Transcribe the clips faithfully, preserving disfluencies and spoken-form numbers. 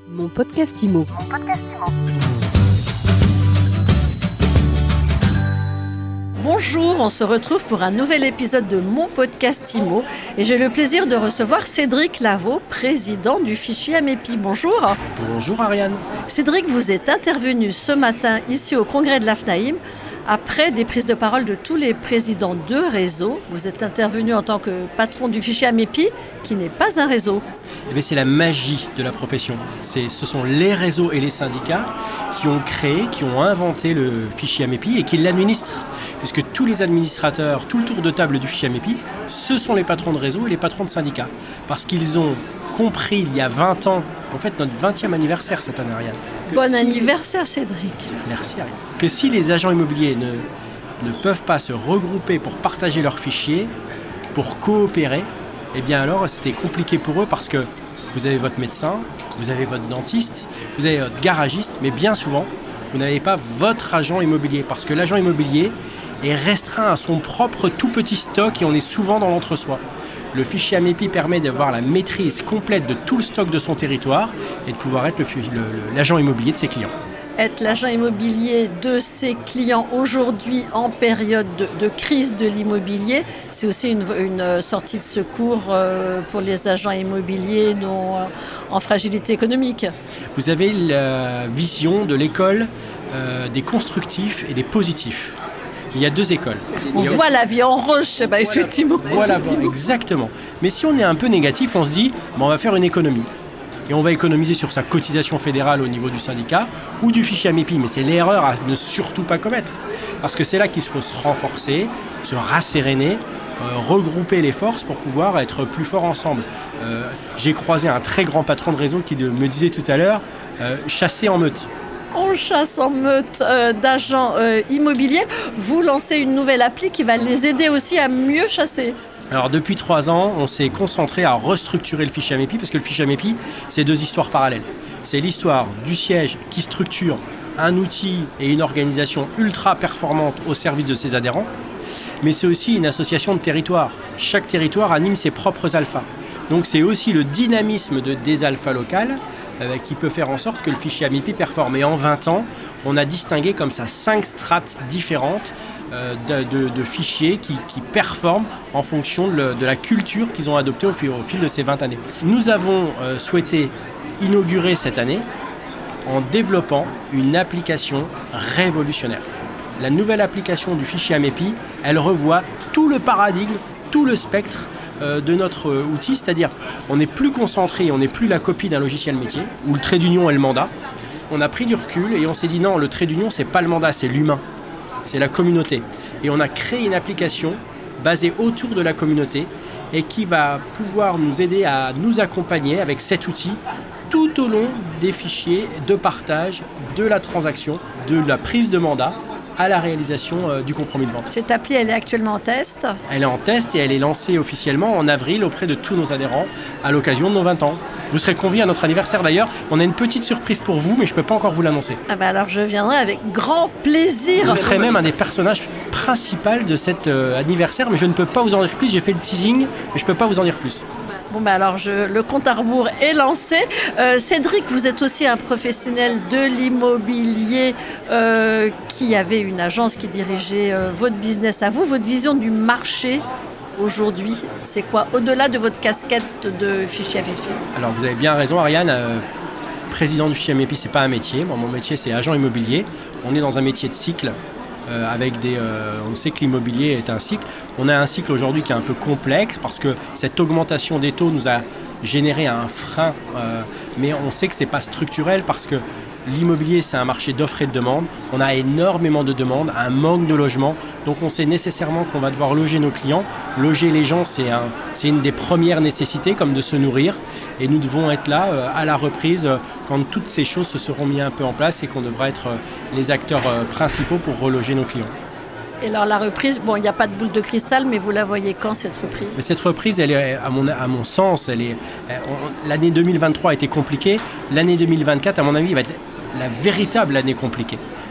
Mon podcast Imo. Mon podcast Imo. Bonjour, on se retrouve pour un nouvel épisode de Mon podcast Imo et j'ai le plaisir de recevoir Cédric Lavaux, président du fichier Amepi. Bonjour. Bonjour Ariane. Cédric, vous êtes intervenu ce matin ici au congrès de l'AFNAIM après des prises de parole de tous les présidents de réseaux. Vous êtes intervenu en tant que patron du fichier Amepi, qui n'est pas un réseau. Eh bien, c'est la magie de la profession. C'est, ce sont les réseaux et les syndicats qui ont créé, qui ont inventé le fichier Amepi et qui l'administrent. Puisque tous les administrateurs, tout le tour de table du fichier Amepi, ce sont les patrons de réseau et les patrons de syndicats. Parce qu'ils ont compris il y a vingt ans, en fait notre vingtième anniversaire cette année, Ariane. Bon si... anniversaire Cédric. Merci Ariane. Que si les agents immobiliers ne, ne peuvent pas se regrouper pour partager leurs fichiers, pour coopérer, eh bien alors c'était compliqué pour eux parce que vous avez votre médecin, vous avez votre dentiste, vous avez votre garagiste, mais bien souvent, vous n'avez pas votre agent immobilier parce que l'agent immobilier est restreint à son propre tout petit stock et on est souvent dans l'entre-soi. Le fichier Amepi permet d'avoir la maîtrise complète de tout le stock de son territoire et de pouvoir être le, le, l'agent immobilier de ses clients. Être l'agent immobilier de ses clients aujourd'hui en période de, de crise de l'immobilier, c'est aussi une, une sortie de secours pour les agents immobiliers dont, en fragilité économique. Vous avez la vision de l'école euh, des constructifs et des positifs. Il y a deux écoles. On a... voit la vie en rose chez Baïs Timo. Voilà, voilà, exactement. Mais si on est un peu négatif, on se dit, bon, on va faire une économie. Et on va économiser sur sa cotisation fédérale au niveau du syndicat ou du fichier Amepi. Mais c'est l'erreur à ne surtout pas commettre. Parce que c'est là qu'il faut se renforcer, se rasséréner, euh, regrouper les forces pour pouvoir être plus forts ensemble. Euh, j'ai croisé un très grand patron de réseau qui me disait tout à l'heure, euh, chasser en meute. On chasse en meute euh, d'agents euh, immobiliers. Vous lancez une nouvelle appli qui va les aider aussi à mieux chasser. Alors depuis trois ans, on s'est concentré à restructurer le fichier Amepi parce que le fichier Amepi, c'est deux histoires parallèles. C'est l'histoire du siège qui structure un outil et une organisation ultra performante au service de ses adhérents, mais c'est aussi une association de territoires. Chaque territoire anime ses propres alphas. Donc c'est aussi le dynamisme de, des alphas locales euh, qui peut faire en sorte que le fichier Amepi performe. Et en vingt ans, on a distingué comme ça cinq strates différentes euh, de, de, de fichiers qui, qui performent en fonction de, le, de la culture qu'ils ont adoptée au fil, au fil de ces vingt années. Nous avons euh, souhaité inaugurer cette année en développant une application révolutionnaire. La nouvelle application du fichier Amepi, elle revoit tout le paradigme, tout le spectre de notre outil, c'est-à-dire on n'est plus concentré, on n'est plus la copie d'un logiciel métier où le trait d'union est le mandat. On a pris du recul et on s'est dit non, le trait d'union c'est pas le mandat, c'est l'humain, c'est la communauté. Et on a créé une application basée autour de la communauté et qui va pouvoir nous aider à nous accompagner avec cet outil tout au long des fichiers de partage, de la transaction, de la prise de mandat à la réalisation euh, du compromis de vente. Cette appli, elle est actuellement en test ? Elle est en test et elle est lancée officiellement en avril auprès de tous nos adhérents à l'occasion de nos vingt ans. Vous serez conviés à notre anniversaire d'ailleurs. On a une petite surprise pour vous, mais je ne peux pas encore vous l'annoncer. Ah bah alors je viendrai avec grand plaisir. Vous serez même un des personnages principaux de cet euh, anniversaire, mais je ne peux pas vous en dire plus. J'ai fait le teasing, mais je ne peux pas vous en dire plus. Bon bah alors je, le compte à rebours est lancé. Euh, Cédric, vous êtes aussi un professionnel de l'immobilier euh, qui avait une agence qui dirigeait euh, votre business à vous. Votre vision du marché aujourd'hui, c'est quoi au-delà de votre casquette de fichier Amepi ? Alors vous avez bien raison Ariane, euh, président du fichier Amepi, c'est pas un métier. Bon, mon métier c'est agent immobilier. On est dans un métier de cycle. Euh, avec des, euh, on sait que l'immobilier est un cycle. On a un cycle aujourd'hui qui est un peu complexe parce que cette augmentation des taux nous a généré un frein, euh, mais on sait que c'est pas structurel parce que l'immobilier c'est un marché d'offres et de demandes. On a énormément de demandes, un manque de logement, donc on sait nécessairement qu'on va devoir loger nos clients. Loger les gens, c'est, un, c'est une des premières nécessités, comme de se nourrir, et nous devons être là euh, à la reprise euh, quand toutes ces choses se seront mises un peu en place et qu'on devra être euh, les acteurs euh, principaux pour reloger nos clients. Et alors la reprise, bon, il n'y a pas de boule de cristal, mais vous la voyez quand cette reprise ? Mais cette reprise, elle est, à mon, à mon sens, elle est, on, l'année deux mille vingt-trois a été compliquée. L'année deux mille vingt-quatre, à mon avis, va être la véritable année compliquée.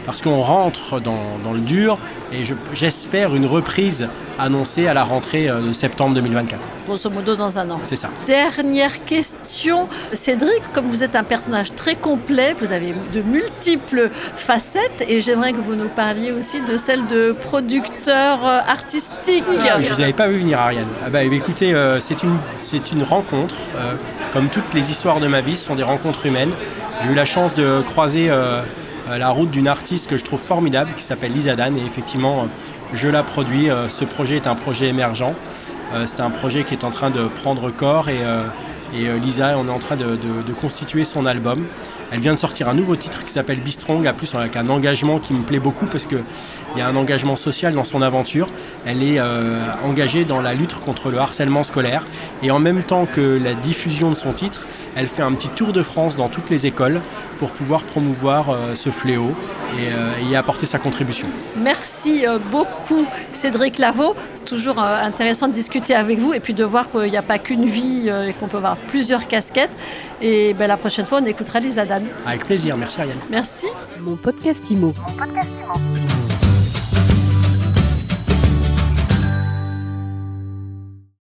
parce qu'on rentre dans, dans le dur et je, j'espère une reprise annoncée à la rentrée de septembre deux mille vingt-quatre. Grosso modo dans un an. C'est ça. Dernière question, Cédric, comme vous êtes un personnage très complet, vous avez de multiples facettes et j'aimerais que vous nous parliez aussi de celle de producteur artistique. Ah, je ne vous avais pas vu venir, Ariane. Ah bah, écoutez, euh, c'est, une, c'est une rencontre. Euh, comme toutes les histoires de ma vie, ce sont des rencontres humaines. J'ai eu la chance de croiser euh, la route d'une artiste que je trouve formidable, qui s'appelle Lisa Dan, et effectivement, euh, je la produis. Euh, ce projet est un projet émergent. Euh, c'est un projet qui est en train de prendre corps et, euh, et euh, Lisa, on est en train de, de, de constituer son album. Elle vient de sortir un nouveau titre qui s'appelle Be Strong, à plus avec un engagement qui me plaît beaucoup parce qu'il y a un engagement social dans son aventure. Elle est euh, engagée dans la lutte contre le harcèlement scolaire et en même temps que la diffusion de son titre, elle fait un petit tour de France dans toutes les écoles pour pouvoir promouvoir euh, ce fléau et, euh, et y apporter sa contribution. Merci euh, beaucoup Cédric Lavaux. C'est toujours euh, intéressant de discuter avec vous et puis de voir qu'il n'y a pas qu'une vie euh, et qu'on peut avoir plusieurs casquettes. Et ben, la prochaine fois, on écoutera Lisa Dan. Avec plaisir, merci Ariane. Merci. Mon podcast Imo. Mon podcast Imo.